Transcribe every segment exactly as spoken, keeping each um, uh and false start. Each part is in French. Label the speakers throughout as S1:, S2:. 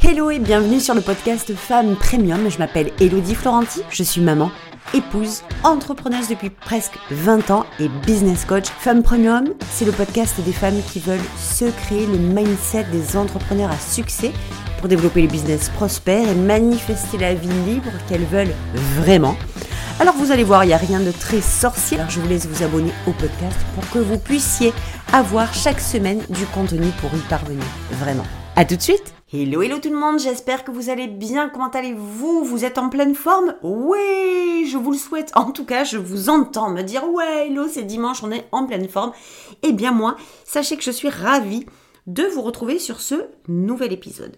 S1: Hello et bienvenue sur le podcast Femmes Premium. Je m'appelle Elodie Florenti, je suis maman, épouse, entrepreneuse depuis presque vingt ans et business coach. Femmes Premium, c'est le podcast des femmes qui veulent se créer le mindset des entrepreneurs à succès pour développer les business prospères et manifester la vie libre qu'elles veulent vraiment. Alors vous allez voir, il n'y a rien de très sorcier. Alors je vous laisse vous abonner au podcast pour que vous puissiez avoir chaque semaine du contenu pour y parvenir. Vraiment. À tout de suite. Hello, hello tout le monde, j'espère que vous allez bien. Comment allez-vous? Vous êtes en pleine forme? Oui, je vous le souhaite. En tout cas, je vous entends me dire « Ouais, hello, c'est dimanche, on est en pleine forme. » Eh bien moi, sachez que je suis ravie de vous retrouver sur ce nouvel épisode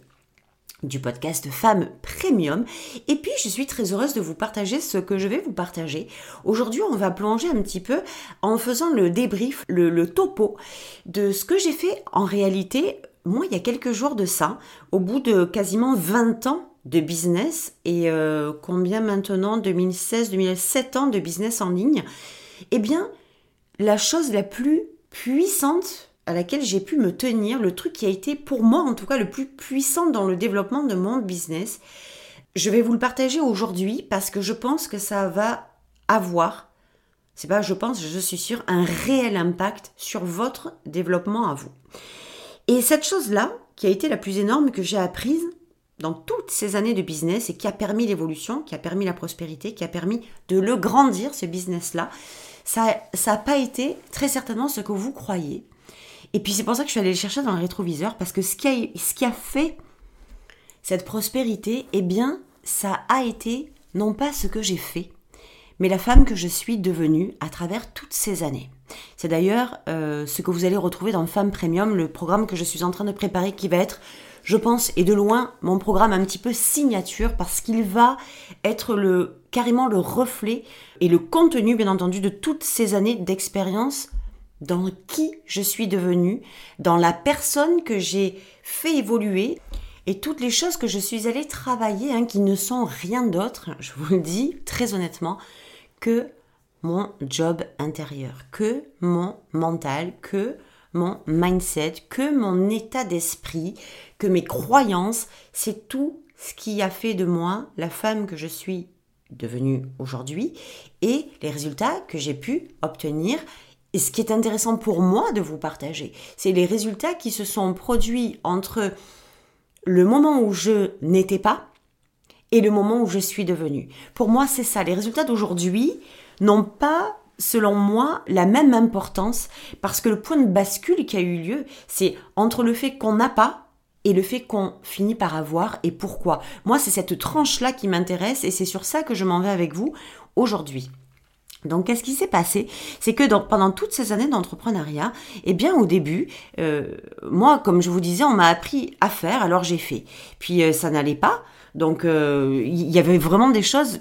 S1: du podcast Femmes Premium. Et puis, je suis très heureuse de vous partager ce que je vais vous partager. Aujourd'hui, on va plonger un petit peu en faisant le débrief, le, le topo de ce que j'ai fait en réalité. Moi, il y a quelques jours de ça, au bout de quasiment vingt ans de business et euh, combien maintenant, deux mille seize, deux mille sept ans de business en ligne, eh bien, la chose la plus puissante à laquelle j'ai pu me tenir, le truc qui a été pour moi en tout cas le plus puissant dans le développement de mon business, je vais vous le partager aujourd'hui parce que je pense que ça va avoir, c'est pas je pense, je suis sûre, un réel impact sur votre développement à vous. Et cette chose-là, qui a été la plus énorme que j'ai apprise dans toutes ces années de business et qui a permis l'évolution, qui a permis la prospérité, qui a permis de le grandir, ce business-là, ça n'a pas été très certainement ce que vous croyez. Et puis c'est pour ça que je suis allée le chercher dans le rétroviseur, parce que ce qui a, ce qui a fait cette prospérité, eh bien, ça a été non pas ce que j'ai fait, mais la femme que je suis devenue à travers toutes ces années. C'est d'ailleurs euh, ce que vous allez retrouver dans Femmes Premium, le programme que je suis en train de préparer, qui va être, je pense, et de loin, mon programme un petit peu signature, parce qu'il va être le, carrément le reflet et le contenu, bien entendu, de toutes ces années d'expérience dans qui je suis devenue, dans la personne que j'ai fait évoluer et toutes les choses que je suis allée travailler, hein, qui ne sont rien d'autre, je vous le dis très honnêtement, que mon job intérieur, que mon mental, que mon mindset, que mon état d'esprit, que mes croyances, c'est tout ce qui a fait de moi la femme que je suis devenue aujourd'hui et les résultats que j'ai pu obtenir. Et ce qui est intéressant pour moi de vous partager, c'est les résultats qui se sont produits entre le moment où je n'étais pas et le moment où je suis devenue. Pour moi, c'est ça. Les résultats d'aujourd'hui n'ont pas, selon moi, la même importance parce que le point de bascule qui a eu lieu, c'est entre le fait qu'on n'a pas et le fait qu'on finit par avoir et pourquoi. Moi, c'est cette tranche-là qui m'intéresse et c'est sur ça que je m'en vais avec vous aujourd'hui. Donc, qu'est-ce qui s'est passé? C'est que dans, pendant toutes ces années d'entrepreneuriat, eh bien, au début, euh, moi, comme je vous disais, on m'a appris à faire, alors j'ai fait. Puis, euh, ça n'allait pas. Donc, il euh, y avait vraiment des choses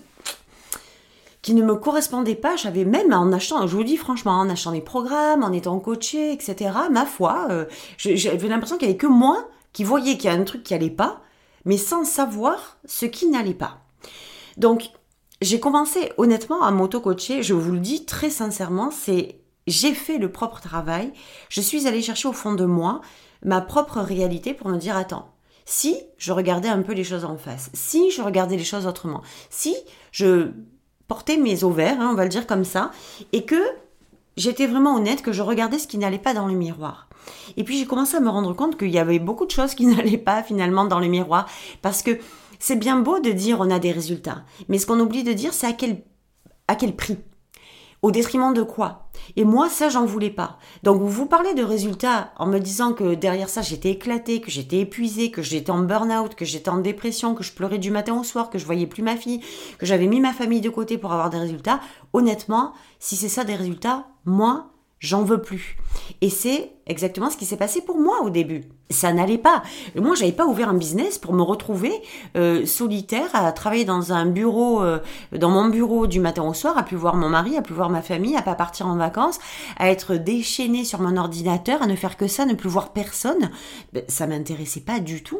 S1: qui ne me correspondaient pas. J'avais même, en achetant, je vous dis franchement, en achetant des programmes, en étant coachée, et cetera, ma foi, euh, j'avais l'impression qu'il n'y avait que moi qui voyais qu'il y a un truc qui n'allait pas, mais sans savoir ce qui n'allait pas. Donc, j'ai commencé honnêtement à m'auto-coacher, je vous le dis très sincèrement, c'est j'ai fait le propre travail, je suis allée chercher au fond de moi ma propre réalité pour me dire attends, si je regardais un peu les choses en face, si je regardais les choses autrement, si je portais mes ovaires, hein, on va le dire comme ça, et que j'étais vraiment honnête, que je regardais ce qui n'allait pas dans le miroir. Et puis j'ai commencé à me rendre compte qu'il y avait beaucoup de choses qui n'allaient pas finalement dans le miroir, parce que c'est bien beau de dire on a des résultats, mais ce qu'on oublie de dire, c'est à quel, à quel prix, au détriment de quoi. Et moi, ça, j'en voulais pas. Donc, vous vous parlez de résultats en me disant que derrière ça, j'étais éclatée, que j'étais épuisée, que j'étais en burn-out, que j'étais en dépression, que je pleurais du matin au soir, que je voyais plus ma fille, que j'avais mis ma famille de côté pour avoir des résultats. Honnêtement, si c'est ça des résultats, moi, j'en veux plus. Et c'est exactement ce qui s'est passé pour moi au début. Ça n'allait pas. Moi, j'avais pas ouvert un business pour me retrouver euh, solitaire à travailler dans un bureau, euh, dans mon bureau du matin au soir, à plus voir mon mari, à plus voir ma famille, à pas partir en vacances, à être déchaînée sur mon ordinateur, à ne faire que ça, ne plus voir personne. Ben, ça m'intéressait pas du tout.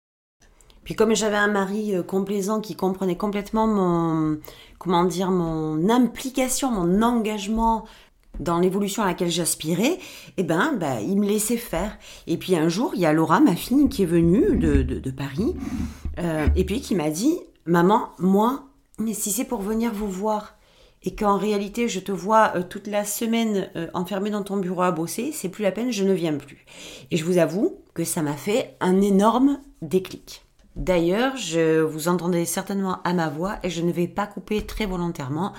S1: Puis comme j'avais un mari euh, complaisant qui comprenait complètement mon, comment dire, mon implication, mon engagement dans l'évolution à laquelle j'aspirais, eh ben, bah, il me laissait faire. Et puis un jour, il y a Laura, ma fille, qui est venue de, de, de Paris, euh, et puis qui m'a dit, maman, moi, mais si c'est pour venir vous voir, et qu'en réalité, je te vois euh, toute la semaine euh, enfermée dans ton bureau à bosser, c'est plus la peine, je ne viens plus. Et je vous avoue que ça m'a fait un énorme déclic. D'ailleurs, je vous entendez certainement à ma voix, et je ne vais pas couper très volontairement,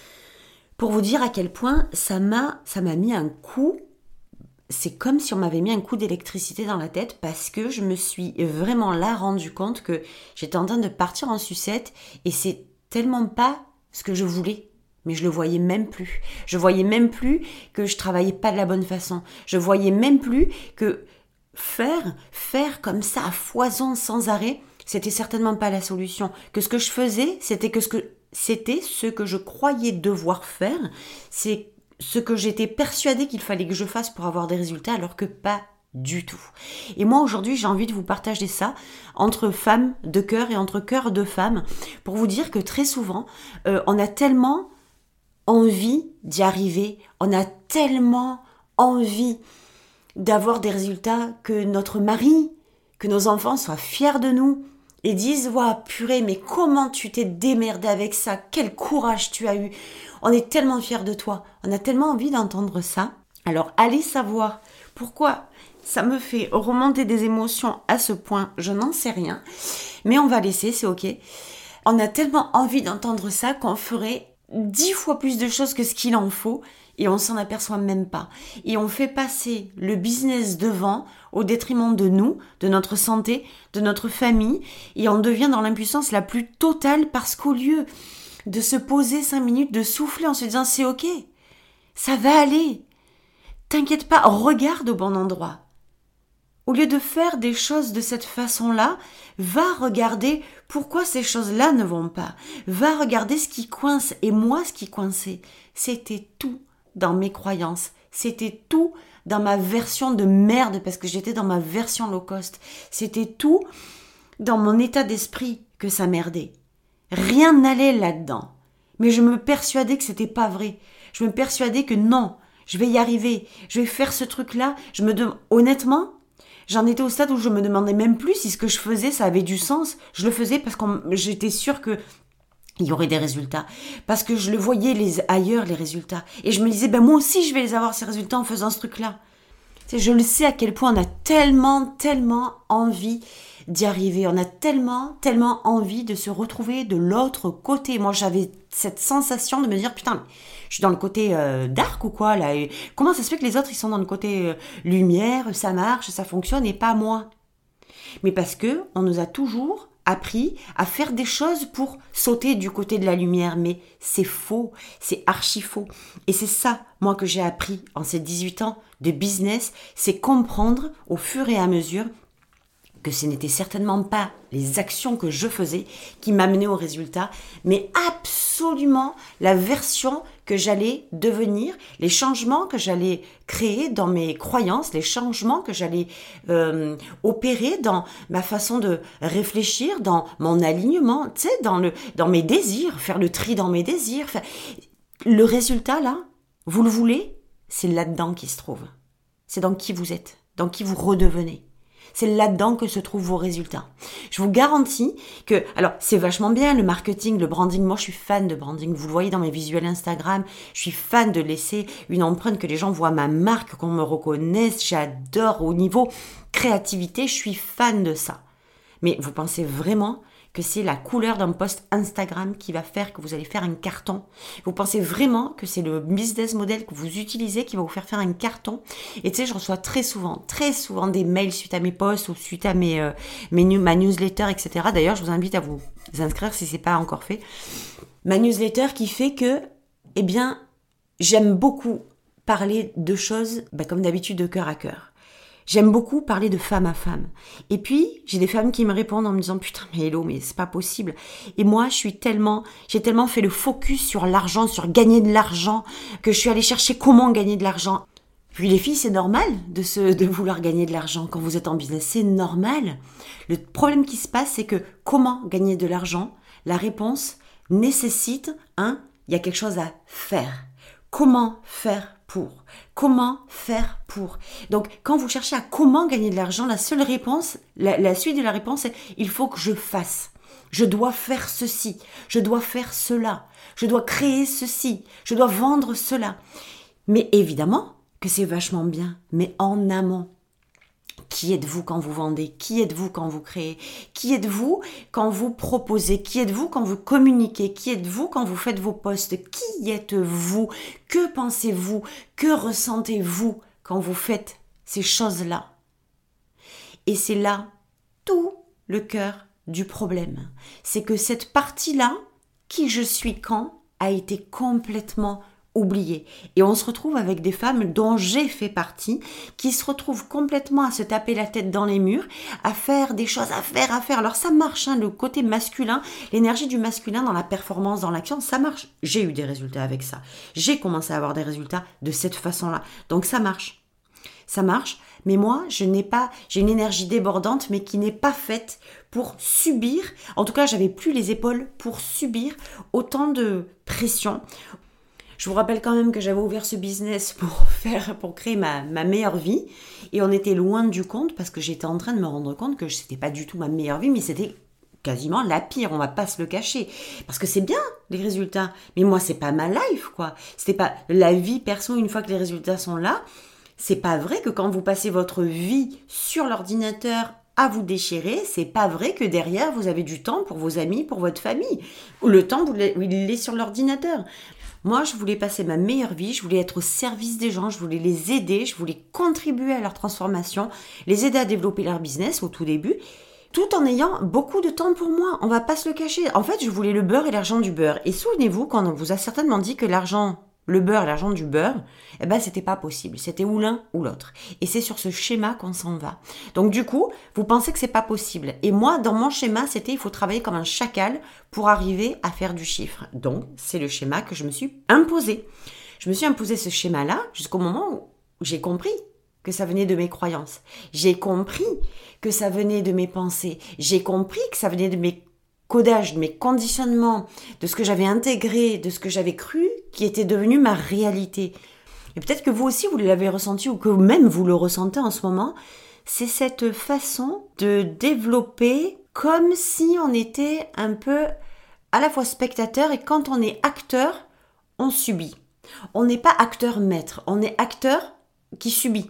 S1: pour vous dire à quel point ça m'a, ça m'a mis un coup, c'est comme si on m'avait mis un coup d'électricité dans la tête parce que je me suis vraiment là rendu compte que j'étais en train de partir en sucette et c'est tellement pas ce que je voulais. Mais je le voyais même plus. Je voyais même plus que je travaillais pas de la bonne façon. Je voyais même plus que faire, faire comme ça à foison sans arrêt, c'était certainement pas la solution. Que ce que je faisais, c'était que ce que C'était ce que je croyais devoir faire, c'est ce que j'étais persuadée qu'il fallait que je fasse pour avoir des résultats, alors que pas du tout. Et moi, aujourd'hui, j'ai envie de vous partager ça entre femmes de cœur et entre cœurs de femmes, pour vous dire que très souvent, euh, on a tellement envie d'y arriver, on a tellement envie d'avoir des résultats que notre mari, que nos enfants soient fiers de nous, et disent « Waouh, purée, mais comment tu t'es démerdé avec ça? Quel courage tu as eu! On est tellement fiers de toi. » On a tellement envie d'entendre ça. Alors, allez savoir pourquoi ça me fait remonter des émotions à ce point, je n'en sais rien. Mais on va laisser, c'est ok. On a tellement envie d'entendre ça qu'on ferait dix fois plus de choses que ce qu'il en faut et on s'en aperçoit même pas. Et on fait passer le business devant au détriment de nous, de notre santé, de notre famille, et on devient dans l'impuissance la plus totale parce qu'au lieu de se poser cinq minutes, de souffler en se disant c'est ok, ça va aller, t'inquiète pas, regarde au bon endroit. Au lieu de faire des choses de cette façon-là, va regarder pourquoi ces choses-là ne vont pas. Va regarder ce qui coince. Et moi, ce qui coinçait, c'était tout dans mes croyances. C'était tout dans ma version de merde, parce que j'étais dans ma version low cost. C'était tout dans mon état d'esprit que ça merdait. Rien n'allait là-dedans. Mais je me persuadais que c'était pas vrai. Je me persuadais que non, je vais y arriver. Je vais faire ce truc-là. Je me dem... Honnêtement, j'en étais au stade où je me demandais même plus si ce que je faisais, ça avait du sens. Je le faisais parce que j'étais sûre que il y aurait des résultats. Parce que je le voyais les, ailleurs, les résultats. Et je me disais, ben moi aussi, je vais les avoir, ces résultats, en faisant ce truc-là. Tu sais, je le sais à quel point on a tellement, tellement envie d'y arriver. On a tellement, tellement envie de se retrouver de l'autre côté. Moi, j'avais cette sensation de me dire, putain, mais je suis dans le côté euh, dark ou quoi, là? Et comment ça se fait que les autres, ils sont dans le côté euh, lumière, ça marche, ça fonctionne, et pas moi? Mais parce que on nous a toujours appris à faire des choses pour sauter du côté de la lumière. Mais c'est faux, c'est archi faux. Et c'est ça, moi, que j'ai appris en ces dix-huit ans de business, c'est comprendre au fur et à mesure que ce n'était certainement pas les actions que je faisais qui m'amenaient au résultat, mais absolument la version que j'allais devenir, les changements que j'allais créer dans mes croyances, les changements que j'allais euh, opérer dans ma façon de réfléchir, dans mon alignement, tu sais, dans, le, dans mes désirs, faire le tri dans mes désirs. Enfin, le résultat, là, vous le voulez, c'est là-dedans qu'il se trouve. C'est dans qui vous êtes, dans qui vous redevenez. C'est là-dedans que se trouvent vos résultats. Je vous garantis que, alors c'est vachement bien le marketing, le branding. Moi, je suis fan de branding. Vous le voyez dans mes visuels Instagram. Je suis fan de laisser une empreinte, que les gens voient ma marque, qu'on me reconnaisse. J'adore au niveau créativité. Je suis fan de ça. Mais vous pensez vraiment que c'est la couleur d'un post Instagram qui va faire que vous allez faire un carton? Vous pensez vraiment que c'est le business model que vous utilisez qui va vous faire faire un carton? Et tu sais, je reçois très souvent, très souvent des mails suite à mes posts ou suite à mes, euh, mes ma newsletter, et cetera. D'ailleurs, je vous invite à vous inscrire si c'est pas encore fait. Ma newsletter qui fait que, eh bien, j'aime beaucoup parler de choses, bah, comme d'habitude, de cœur à cœur. J'aime beaucoup parler de femme à femme. Et puis, j'ai des femmes qui me répondent en me disant « Putain, mais hello, mais c'est pas possible. » Et moi, je suis tellement, j'ai tellement fait le focus sur l'argent, sur gagner de l'argent, que je suis allée chercher comment gagner de l'argent. Puis les filles, c'est normal de, se, de vouloir gagner de l'argent quand vous êtes en business. C'est normal. Le problème qui se passe, c'est que comment gagner de l'argent? La réponse nécessite, un, il y a quelque chose à faire. Comment faire pour ? Comment faire pour ? Donc, quand vous cherchez à comment gagner de l'argent, la seule réponse, la, la suite de la réponse, c'est « il faut que je fasse ». Je dois faire ceci, je dois faire cela, je dois créer ceci, je dois vendre cela. Mais évidemment que c'est vachement bien, mais en amont. Qui êtes-vous quand vous vendez ? Qui êtes-vous quand vous créez ? Qui êtes-vous quand vous proposez ? Qui êtes-vous quand vous communiquez ? Qui êtes-vous quand vous faites vos posts ? Qui êtes-vous ? Que pensez-vous ? Que ressentez-vous quand vous faites ces choses-là ? Et c'est là tout le cœur du problème. C'est que cette partie-là, qui je suis quand, a été complètement oubliée. Et on se retrouve avec des femmes dont j'ai fait partie, qui se retrouvent complètement à se taper la tête dans les murs, à faire des choses, à faire, à faire. Alors ça marche, hein, le côté masculin, l'énergie du masculin dans la performance, dans l'action, ça marche. J'ai eu des résultats avec ça. J'ai commencé à avoir des résultats de cette façon-là. Donc ça marche. Ça marche, mais moi, je n'ai pas, j'ai une énergie débordante, mais qui n'est pas faite pour subir, en tout cas, j'avais plus les épaules pour subir autant de pression. Je vous rappelle quand même que j'avais ouvert ce business pour faire, pour créer ma, ma meilleure vie, et on était loin du compte, parce que j'étais en train de me rendre compte que c'était pas du tout ma meilleure vie, mais c'était quasiment la pire, on va pas se le cacher. Parce que c'est bien, les résultats, mais moi, c'est pas ma life, quoi. C'était pas la vie perso, une fois que les résultats sont là. C'est pas vrai que quand vous passez votre vie sur l'ordinateur à vous déchirer, c'est pas vrai que derrière vous avez du temps pour vos amis, pour votre famille. Ou le temps, vous l'avez, il est sur l'ordinateur. Moi, je voulais passer ma meilleure vie, je voulais être au service des gens, je voulais les aider, je voulais contribuer à leur transformation, les aider à développer leur business au tout début, tout en ayant beaucoup de temps pour moi. On va pas se le cacher. En fait, je voulais le beurre et l'argent du beurre. Et souvenez-vous, quand on vous a certainement dit que l'argent... le beurre et l'argent du beurre, eh ben, c'était pas possible. C'était ou l'un ou l'autre. Et c'est sur ce schéma qu'on s'en va. Donc, du coup, vous pensez que c'est pas possible. Et moi, dans mon schéma, c'était, il faut travailler comme un chacal pour arriver à faire du chiffre. Donc, c'est le schéma que je me suis imposé. Je me suis imposé ce schéma-là jusqu'au moment où j'ai compris que ça venait de mes croyances. J'ai compris que ça venait de mes pensées. J'ai compris que ça venait de mes codage, de mes conditionnements, de ce que j'avais intégré, de ce que j'avais cru, qui était devenu ma réalité. Et peut-être que vous aussi, vous l'avez ressenti, ou que même vous le ressentez en ce moment, c'est cette façon de développer comme si on était un peu à la fois spectateur, et quand on est acteur, on subit. On n'est pas acteur-maître, on est acteur qui subit.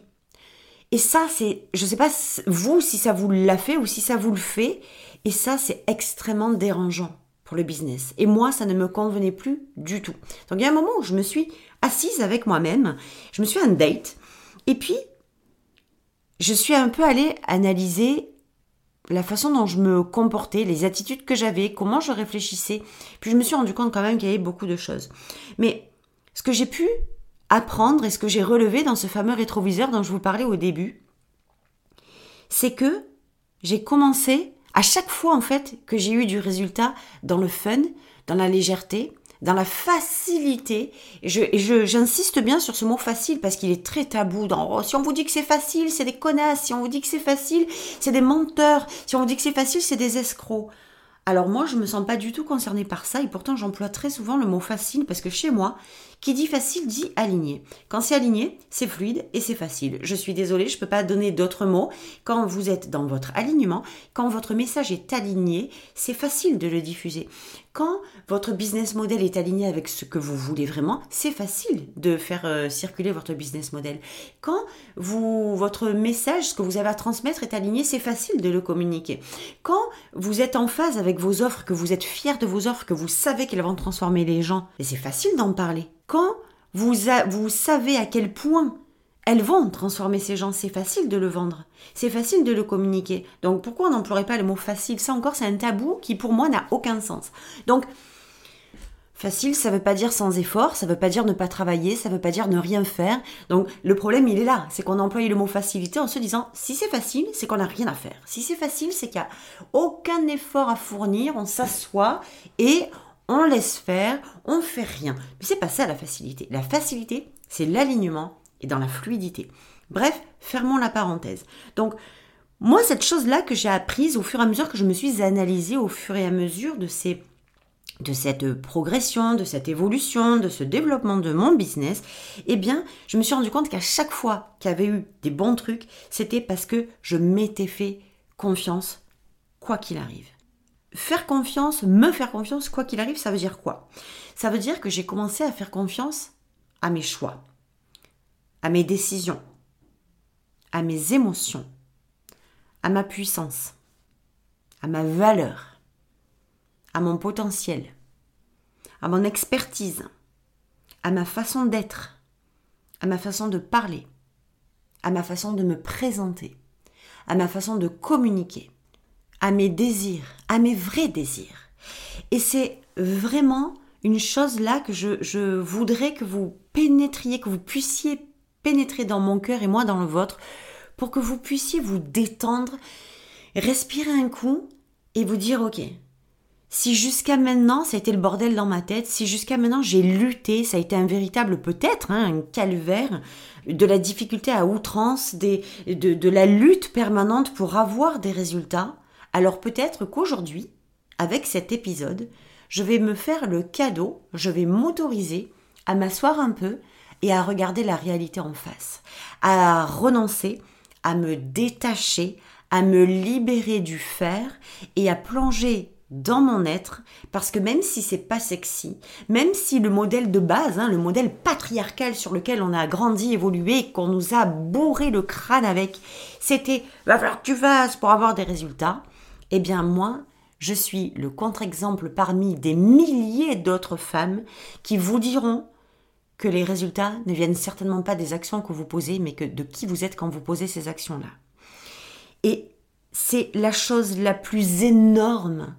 S1: Et ça, c'est, je ne sais pas vous si ça vous l'a fait ou si ça vous le fait, et ça, c'est extrêmement dérangeant pour le business. Et moi, ça ne me convenait plus du tout. Donc, il y a un moment où je me suis assise avec moi-même, je me suis à un date, et puis, je suis un peu allée analyser la façon dont je me comportais, les attitudes que j'avais, comment je réfléchissais. Puis, je me suis rendu compte quand même qu'il y avait beaucoup de choses. Mais ce que j'ai pu apprendre et ce que j'ai relevé dans ce fameux rétroviseur dont je vous parlais au début, c'est que j'ai commencé... À chaque fois, en fait, que j'ai eu du résultat dans le fun, dans la légèreté, dans la facilité, et je, et je, j'insiste bien sur ce mot facile parce qu'il est très tabou. Dans, oh, si on vous dit que c'est facile, c'est des connasses. Si on vous dit que c'est facile, c'est des menteurs. Si on vous dit que c'est facile, c'est des escrocs. Alors moi, je me sens pas du tout concernée par ça et pourtant j'emploie très souvent le mot facile parce que chez moi, qui dit facile dit aligné. Quand c'est aligné, c'est fluide et c'est facile. Je suis désolée, je peux pas donner d'autres mots. Quand vous êtes dans votre alignement, quand votre message est aligné, c'est facile de le diffuser. Quand votre business model est aligné avec ce que vous voulez vraiment, c'est facile de faire euh, circuler votre business model. Quand vous, votre message, ce que vous avez à transmettre est aligné, c'est facile de le communiquer. Quand vous êtes en phase avec vos offres, que vous êtes fier de vos offres, que vous savez qu'elles vont transformer les gens, c'est facile d'en parler. Quand vous, a, vous savez à quel point elles vont transformer ces gens, c'est facile de le vendre, c'est facile de le communiquer. Donc pourquoi on n'emploierait pas le mot facile ? Ça encore, c'est un tabou qui pour moi n'a aucun sens. Donc facile, ça ne veut pas dire sans effort, ça ne veut pas dire ne pas travailler, ça ne veut pas dire ne rien faire. Donc le problème, il est là, c'est qu'on emploie le mot facilité en se disant si c'est facile, c'est qu'on n'a rien à faire. Si c'est facile, c'est qu'il n'y a aucun effort à fournir, on s'assoit et on laisse faire, on ne fait rien. Mais c'est pas ça la facilité. La facilité, c'est l'alignement et dans la fluidité. Bref, fermons la parenthèse. Donc, moi, cette chose-là que j'ai apprise au fur et à mesure que je me suis analysée, au fur et à mesure de ces de cette progression, de cette évolution, de ce développement de mon business, eh bien, je me suis rendu compte qu'à chaque fois qu'il y avait eu des bons trucs, c'était parce que je m'étais fait confiance, quoi qu'il arrive. Faire confiance, me faire confiance, quoi qu'il arrive, ça veut dire quoi ? Ça veut dire que j'ai commencé à faire confiance à mes choix, à mes décisions, à mes émotions, à ma puissance, à ma valeur, à mon potentiel, à mon expertise, à ma façon d'être, à ma façon de parler, à ma façon de me présenter, à ma façon de communiquer, à mes désirs, à mes vrais désirs. Et c'est vraiment une chose là que je, je voudrais que vous pénétriez, que vous puissiez pénétrer dans mon cœur et moi dans le vôtre, pour que vous puissiez vous détendre, respirer un coup et vous dire ok, si jusqu'à maintenant ça a été le bordel dans ma tête, si jusqu'à maintenant j'ai lutté, ça a été un véritable peut-être, hein, un calvaire, de la difficulté à outrance, des, de, de la lutte permanente pour avoir des résultats, alors peut-être qu'aujourd'hui, avec cet épisode, je vais me faire le cadeau, je vais m'autoriser à m'asseoir un peu et à regarder la réalité en face, à renoncer, à me détacher, à me libérer du faire et à plonger dans mon être, parce que même si c'est pas sexy, même si le modèle de base, hein, le modèle patriarcal sur lequel on a grandi, évolué, qu'on nous a bourré le crâne avec, c'était « va falloir que tu fasses pour avoir des résultats », eh bien moi, je suis le contre-exemple parmi des milliers d'autres femmes qui vous diront que les résultats ne viennent certainement pas des actions que vous posez, mais que de qui vous êtes quand vous posez ces actions-là. Et c'est la chose la plus énorme,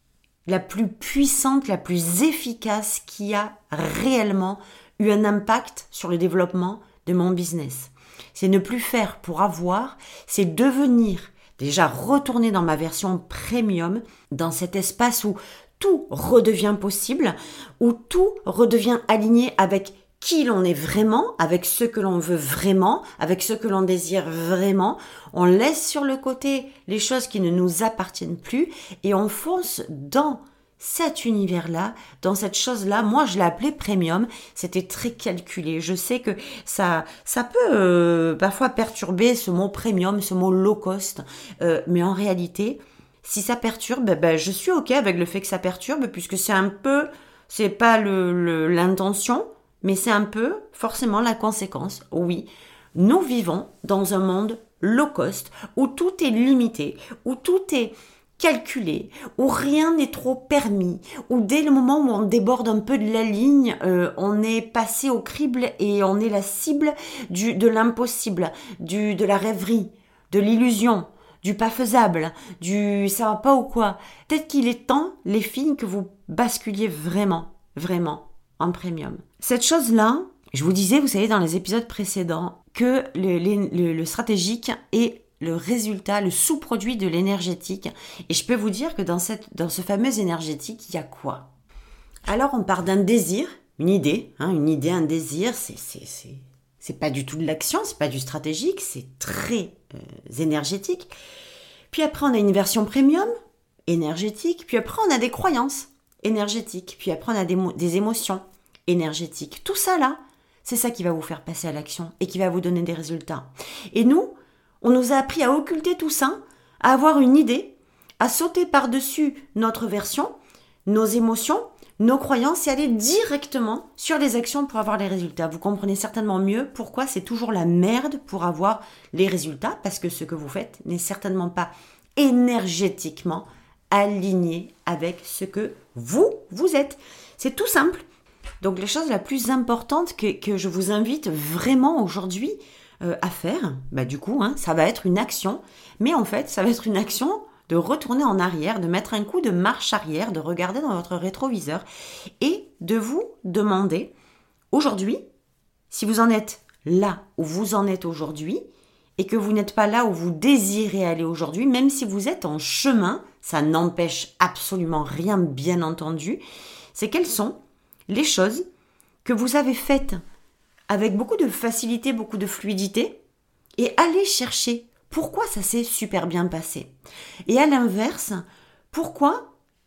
S1: la plus puissante, la plus efficace qui a réellement eu un impact sur le développement de mon business. C'est ne plus faire pour avoir, c'est devenir, déjà retourner dans ma version premium, dans cet espace où tout redevient possible, où tout redevient aligné avec qui l'on est vraiment, avec ce que l'on veut vraiment, avec ce que l'on désire vraiment. On laisse sur le côté les choses qui ne nous appartiennent plus et on fonce dans cet univers-là, dans cette chose-là. Moi, je l'ai appelé premium. C'était très calculé. Je sais que ça, ça peut euh, parfois perturber ce mot premium, ce mot low cost. Euh, mais en réalité, si ça perturbe, ben, ben, je suis OK avec le fait que ça perturbe, puisque c'est un peu, c'est pas le, le, l'intention, mais c'est un peu forcément la conséquence. Oui, nous vivons dans un monde low cost où tout est limité, où tout est calculé, où rien n'est trop permis, où dès le moment où on déborde un peu de la ligne, euh, on est passé au crible et on est la cible du, de l'impossible, du, de la rêverie, de l'illusion, du pas faisable, du ça va pas ou quoi. Peut-être qu'il est temps, les filles, que vous basculiez vraiment, vraiment en premium. Cette chose-là, je vous disais, vous savez, dans les épisodes précédents, que le, le, le stratégique est le résultat, le sous-produit de l'énergétique. Et je peux vous dire que dans, cette, dans ce fameux énergétique, il y a quoi ? Alors, on part d'un désir, une idée, hein, une idée, un désir, c'est, c'est, c'est, c'est pas du tout de l'action, c'est pas du stratégique, c'est très euh, énergétique. Puis après, on a une version premium, énergétique. Puis après, on a des croyances énergétiques. Puis après, on a des, des émotions énergétiques. Tout ça, là, c'est ça qui va vous faire passer à l'action et qui va vous donner des résultats. Et nous, on nous a appris à occulter tout ça, à avoir une idée, à sauter par-dessus notre version, nos émotions, nos croyances et aller directement sur les actions pour avoir les résultats. Vous comprenez certainement mieux pourquoi c'est toujours la merde pour avoir les résultats, parce que ce que vous faites n'est certainement pas énergétiquement aligné avec ce que vous, vous êtes. C'est tout simple. Donc, la chose la plus importante que, que je vous invite vraiment aujourd'hui euh, à faire, bah, du coup, hein, ça va être une action. Mais en fait, ça va être une action de retourner en arrière, de mettre un coup de marche arrière, de regarder dans votre rétroviseur et de vous demander aujourd'hui, si vous en êtes là où vous en êtes aujourd'hui et que vous n'êtes pas là où vous désirez aller aujourd'hui, même si vous êtes en chemin, ça n'empêche absolument rien, bien entendu, c'est quelles sont les choses que vous avez faites avec beaucoup de facilité, beaucoup de fluidité, et allez chercher pourquoi ça s'est super bien passé. Et à l'inverse, pourquoi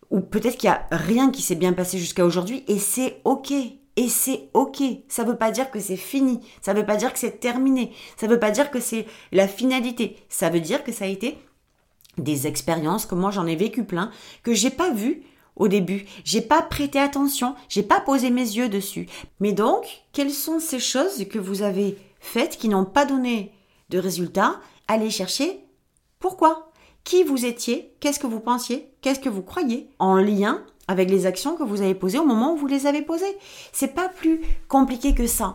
S1: Ou peut-être qu'il n'y a rien qui s'est bien passé jusqu'à aujourd'hui et c'est ok. Et c'est ok. Ça ne veut pas dire que c'est fini. Ça ne veut pas dire que c'est terminé. Ça ne veut pas dire que c'est la finalité. Ça veut dire que ça a été des expériences, que moi j'en ai vécu plein, que j'ai pas vues au début. J'ai pas prêté attention. J'ai pas posé mes yeux dessus. Mais donc, quelles sont ces choses que vous avez faites qui n'ont pas donné de résultats? Allez chercher pourquoi. Qui vous étiez, qu'est-ce que vous pensiez, qu'est-ce que vous croyez, en lien avec les actions que vous avez posées au moment où vous les avez posées. C'est pas plus compliqué que ça.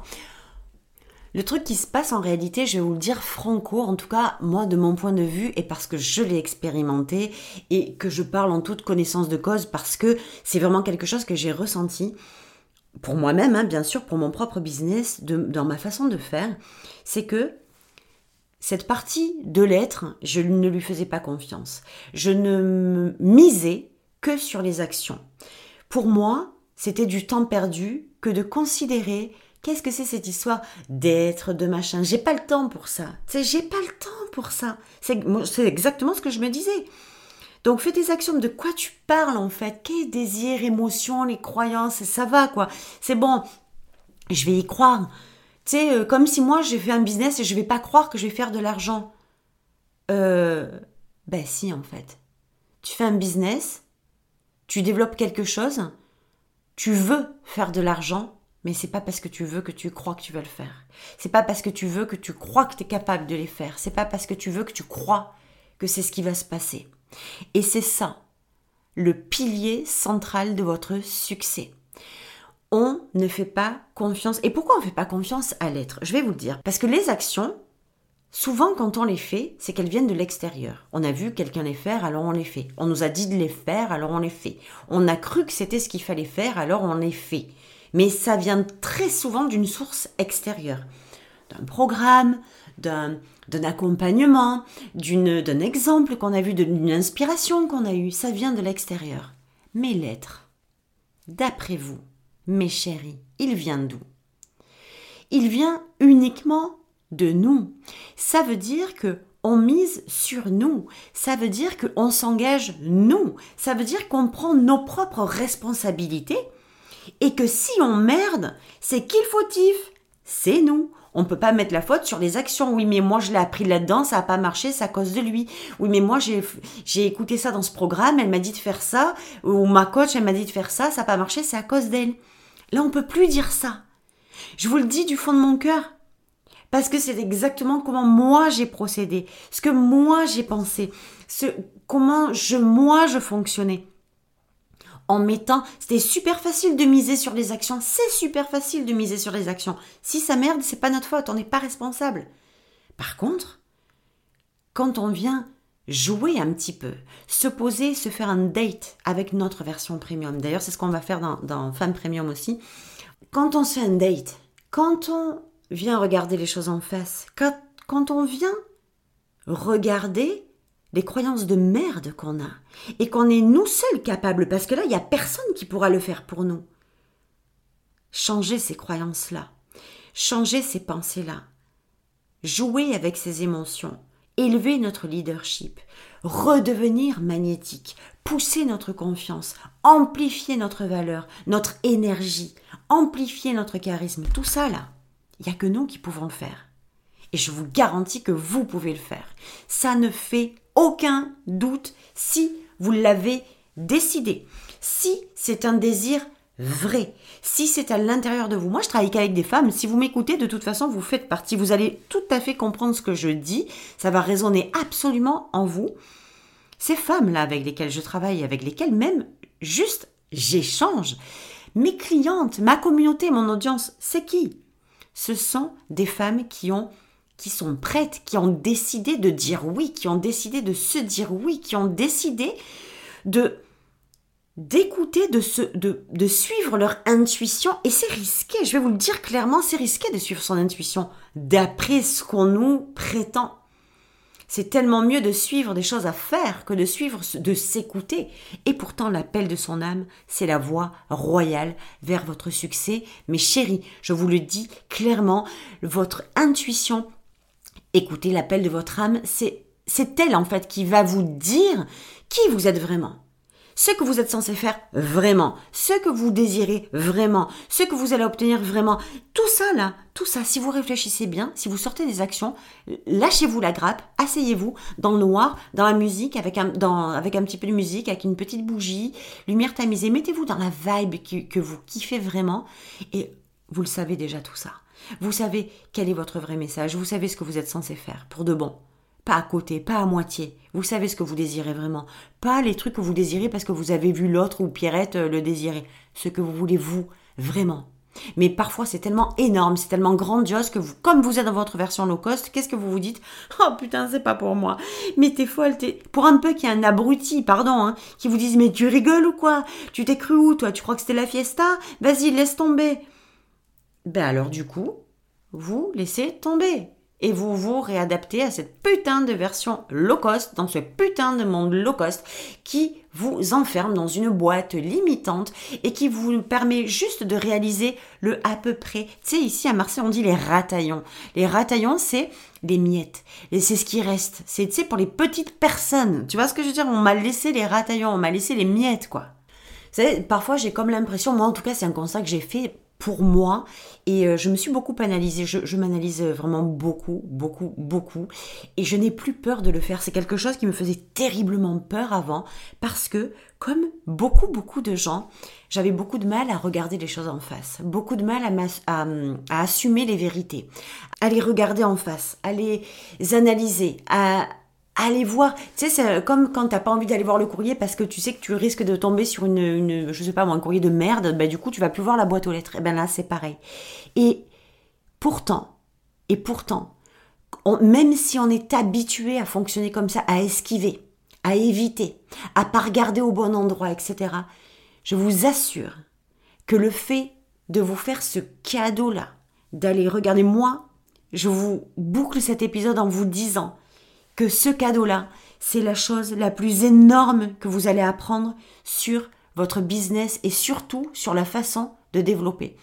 S1: Le truc qui se passe en réalité, je vais vous le dire franco, en tout cas moi de mon point de vue et parce que je l'ai expérimenté et que je parle en toute connaissance de cause parce que c'est vraiment quelque chose que j'ai ressenti pour moi-même, hein, bien sûr, pour mon propre business, de, dans ma façon de faire, c'est que cette partie de l'être, je ne lui faisais pas confiance. Je ne me misais que sur les actions. Pour moi, c'était du temps perdu que de considérer qu'est-ce que c'est cette histoire d'être, de machin. J'ai pas le temps pour ça. Tu sais, j'ai pas le temps pour ça. C'est, c'est exactement ce que je me disais. Donc fais tes actions. De quoi tu parles en fait? Quels désirs, émotions, les croyances, ça va quoi. C'est bon, je vais y croire. Tu sais, euh, comme si moi, j'ai fait un business et je vais pas croire que je vais faire de l'argent. Euh, ben si, en fait. Tu fais un business, tu développes quelque chose, tu veux faire de l'argent, mais c'est pas parce que tu veux que tu crois que tu vas le faire. C'est pas parce que tu veux que tu crois que tu es capable de les faire. C'est pas parce que tu veux que tu crois que c'est ce qui va se passer. Et c'est ça, le pilier central de votre succès. On ne fait pas confiance. Et pourquoi on ne fait pas confiance à l'être? Je vais vous le dire. Parce que les actions, souvent quand on les fait, c'est qu'elles viennent de l'extérieur. On a vu quelqu'un les faire, alors on les fait. On nous a dit de les faire, alors on les fait. On a cru que c'était ce qu'il fallait faire, alors on les fait. Mais ça vient très souvent d'une source extérieure. D'un programme, d'un, d'un accompagnement, d'une, d'un exemple qu'on a vu, d'une inspiration qu'on a eue. Ça vient de l'extérieur. Mais l'être, d'après vous, mes chéris, il vient d'où? Il vient uniquement de nous. Ça veut dire que on mise sur nous. Ça veut dire qu'on s'engage nous. Ça veut dire qu'on prend nos propres responsabilités et que si on merde, c'est qui le fautif? C'est nous. On ne peut pas mettre la faute sur les actions. Oui, mais moi, je l'ai appris là-dedans, ça n'a pas marché, c'est à cause de lui. Oui, mais moi, j'ai, j'ai écouté ça dans ce programme, elle m'a dit de faire ça, ou ma coach, elle m'a dit de faire ça, ça n'a pas marché, c'est à cause d'elle. Là, on ne peut plus dire ça. Je vous le dis du fond de mon cœur, parce que c'est exactement comment moi j'ai procédé, ce que moi j'ai pensé, ce, comment je, moi je fonctionnais. En mettant, c'était super facile de miser sur les actions, c'est super facile de miser sur les actions. Si ça merde, c'est pas notre faute, on n'est pas responsable. Par contre, quand on vient jouer un petit peu, se poser, se faire un date avec notre version premium. D'ailleurs, c'est ce qu'on va faire dans, dans Femme Premium aussi. Quand on se fait un date, quand on vient regarder les choses en face, quand, quand on vient regarder les croyances de merde qu'on a et qu'on est nous seuls capables, parce que là, il n'y a personne qui pourra le faire pour nous. Changer ces croyances-là, changer ces pensées-là, jouer avec ces émotions, élever notre leadership, redevenir magnétique, pousser notre confiance, amplifier notre valeur, notre énergie, amplifier notre charisme, tout ça là, il n'y a que nous qui pouvons le faire. Et je vous garantis que vous pouvez le faire. Ça ne fait aucun doute si vous l'avez décidé, si c'est un désir vrai, si c'est à l'intérieur de vous. Moi, je travaille qu'avec des femmes. Si vous m'écoutez, de toute façon, vous faites partie. Vous allez tout à fait comprendre ce que je dis. Ça va résonner absolument en vous. Ces femmes-là avec lesquelles je travaille, avec lesquelles même juste j'échange, mes clientes, ma communauté, mon audience, c'est qui? Ce sont des femmes qui ont qui sont prêtes, qui ont décidé de dire oui, qui ont décidé de se dire oui, qui ont décidé de d'écouter, de, se, de, de suivre leur intuition. Et c'est risqué, je vais vous le dire clairement, c'est risqué de suivre son intuition d'après ce qu'on nous prétend. C'est tellement mieux de suivre des choses à faire que de suivre, de s'écouter. Et pourtant, l'appel de son âme, c'est la voie royale vers votre succès. Mes chéris, je vous le dis clairement, votre intuition, écoutez l'appel de votre âme, c'est, c'est elle en fait qui va vous dire qui vous êtes vraiment. ce que vous êtes censé faire vraiment, ce que vous désirez vraiment, ce que vous allez obtenir vraiment. Tout ça là, tout ça, si vous réfléchissez bien, si vous sortez des actions, lâchez-vous la grappe, asseyez-vous dans le noir, dans la musique, avec un, dans, avec un petit peu de musique, avec une petite bougie, lumière tamisée, mettez-vous dans la vibe que, que vous kiffez vraiment et vous le savez déjà tout ça. Vous savez quel est votre vrai message, vous savez ce que vous êtes censé faire pour de bon. Pas à côté, pas à moitié. Vous savez ce que vous désirez vraiment. Pas les trucs que vous désirez parce que vous avez vu l'autre ou Pierrette le désirer. Ce que vous voulez vous, vraiment. Mais parfois c'est tellement énorme, c'est tellement grandiose que vous, comme vous êtes dans votre version low cost, qu'est-ce que vous vous dites ? Oh putain, c'est pas pour moi. Mais t'es folle, t'es... Pour un peu qu'il y a un abruti, pardon, hein, qui vous dise mais tu rigoles ou quoi ? Tu t'es cru où toi ? Tu crois que c'était la fiesta ? Vas-y, laisse tomber. Ben alors du coup, vous laissez tomber. Et vous vous réadaptez à cette putain de version low cost, dans ce putain de monde low cost qui vous enferme dans une boîte limitante et qui vous permet juste de réaliser le à peu près. Tu sais, ici à Marseille, on dit les rataillons. Les rataillons, c'est les miettes. Et c'est ce qui reste. C'est, tu sais, pour les petites personnes. Tu vois ce que je veux dire ? On m'a laissé les rataillons, on m'a laissé les miettes, quoi. Vous savez, parfois, j'ai comme l'impression, moi en tout cas, c'est un constat que j'ai fait pour moi et euh, je me suis beaucoup analysée, je, je m'analyse vraiment beaucoup, beaucoup, beaucoup et je n'ai plus peur de le faire. C'est quelque chose qui me faisait terriblement peur avant parce que comme beaucoup, beaucoup de gens, j'avais beaucoup de mal à regarder les choses en face, beaucoup de mal à, à, à assumer les vérités, à les regarder en face, à les analyser, à aller voir, tu sais, c'est comme quand t'as pas envie d'aller voir le courrier parce que tu sais que tu risques de tomber sur une, une je sais pas moi, un courrier de merde, ben du coup tu vas plus voir la boîte aux lettres. Et ben là c'est pareil. Et pourtant, et pourtant, on, même si on est habitué à fonctionner comme ça, à esquiver, à éviter, à pas regarder au bon endroit, et cetera, je vous assure que le fait de vous faire ce cadeau-là, d'aller regarder, moi, je vous boucle cet épisode en vous disant que ce cadeau-là, c'est la chose la plus énorme que vous allez apprendre sur votre business et surtout sur la façon de développer.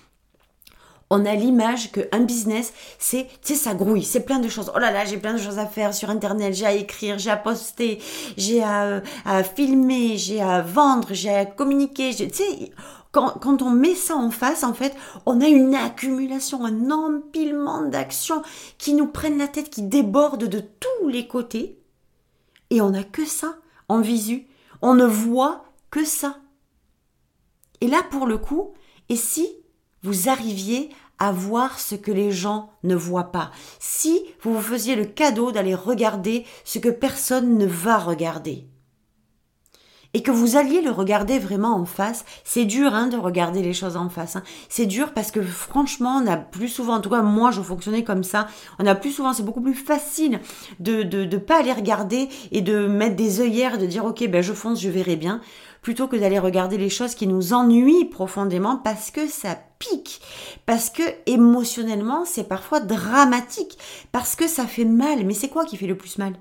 S1: On a l'image qu'un business, c'est, tu sais, ça grouille, c'est plein de choses. Oh là là, j'ai plein de choses à faire sur Internet, j'ai à écrire, j'ai à poster, j'ai à, à filmer, j'ai à vendre, j'ai à communiquer. Tu sais, quand, quand on met ça en face, en fait, on a une accumulation, un empilement d'actions qui nous prennent la tête, qui débordent de tous les côtés. Et on n'a que ça en visu. On ne voit que ça. Et là, pour le coup, et si vous arriviez à voir ce que les gens ne voient pas, si vous vous faisiez le cadeau d'aller regarder ce que personne ne va regarder, et que vous alliez le regarder vraiment en face, c'est dur hein, de regarder les choses en face. Hein. C'est dur parce que franchement, on a plus souvent, en tout cas moi je fonctionnais comme ça, on a plus souvent, c'est beaucoup plus facile de de de pas aller regarder et de mettre des œillères, de dire ok ben je fonce, je verrai bien, plutôt que d'aller regarder les choses qui nous ennuient profondément parce que ça pique, parce que émotionnellement c'est parfois dramatique, parce que ça fait mal. Mais c'est quoi qui fait le plus mal ?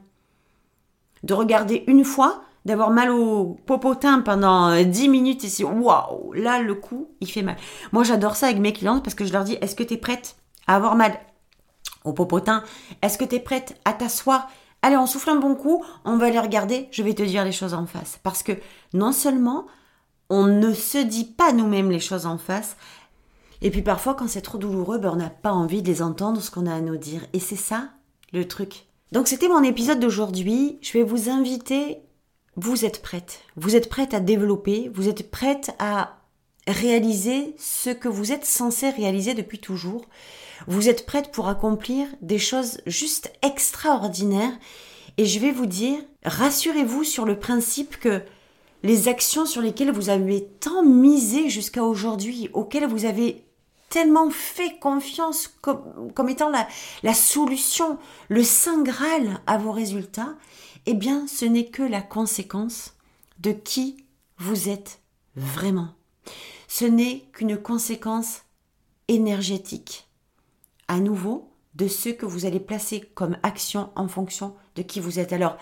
S1: De regarder une fois, d'avoir mal au popotin pendant dix minutes et c'est waouh, là le coup il fait mal. Moi j'adore ça avec mes clientes parce que je leur dis est-ce que tu es prête à avoir mal au popotin ? Est-ce que tu es prête à t'asseoir ? Allez, on souffle un bon coup, on va aller regarder, je vais te dire les choses en face. Parce que non seulement on ne se dit pas nous-mêmes les choses en face, et puis parfois quand c'est trop douloureux, ben on n'a pas envie de les entendre, ce qu'on a à nous dire. Et c'est ça le truc. Donc c'était mon épisode d'aujourd'hui. Je vais vous inviter, vous êtes prête. Vous êtes prête à développer, vous êtes prête à réaliser ce que vous êtes censé réaliser depuis toujours. Vous êtes prête pour accomplir des choses juste extraordinaires. Et je vais vous dire, rassurez-vous sur le principe que les actions sur lesquelles vous avez tant misé jusqu'à aujourd'hui, auxquelles vous avez tellement fait confiance comme, comme étant la, la solution, le saint graal à vos résultats, eh bien, ce n'est que la conséquence de qui vous êtes vraiment. Ce n'est qu'une conséquence énergétique. À nouveau, de ce que vous allez placer comme action en fonction de qui vous êtes. Alors,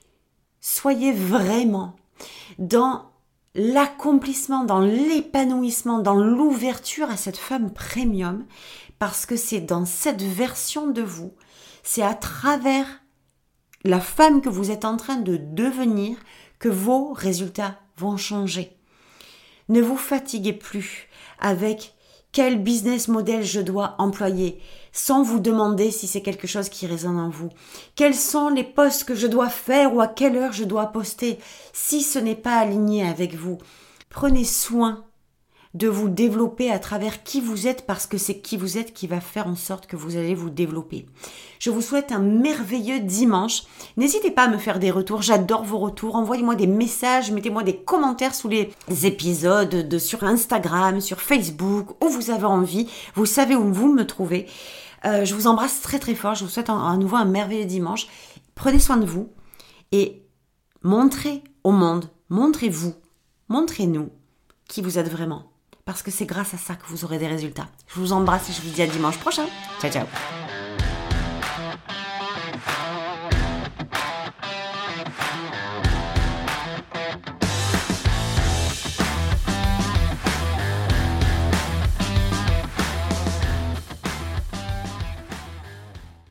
S1: soyez vraiment dans l'accomplissement, dans l'épanouissement, dans l'ouverture à cette femme premium, parce que c'est dans cette version de vous, c'est à travers la femme que vous êtes en train de devenir que vos résultats vont changer. Ne vous fatiguez plus avec quel business model je dois employer, sans vous demander si c'est quelque chose qui résonne en vous. Quels sont les posts que je dois faire ou à quelle heure je dois poster, si ce n'est pas aligné avec vous. Prenez soin de vous développer à travers qui vous êtes, parce que c'est qui vous êtes qui va faire en sorte que vous allez vous développer. Je vous souhaite un merveilleux dimanche. N'hésitez pas à me faire des retours, j'adore vos retours. Envoyez-moi des messages, mettez-moi des commentaires sous les épisodes de, sur Instagram, sur Facebook, où vous avez envie. Vous savez où vous me trouvez. Euh, je vous embrasse très très fort, je vous souhaite à nouveau un merveilleux dimanche. Prenez soin de vous et montrez au monde, montrez-vous, montrez-nous qui vous êtes vraiment. Parce que c'est grâce à ça que vous aurez des résultats. Je vous embrasse et je vous dis à dimanche prochain. Ciao, ciao.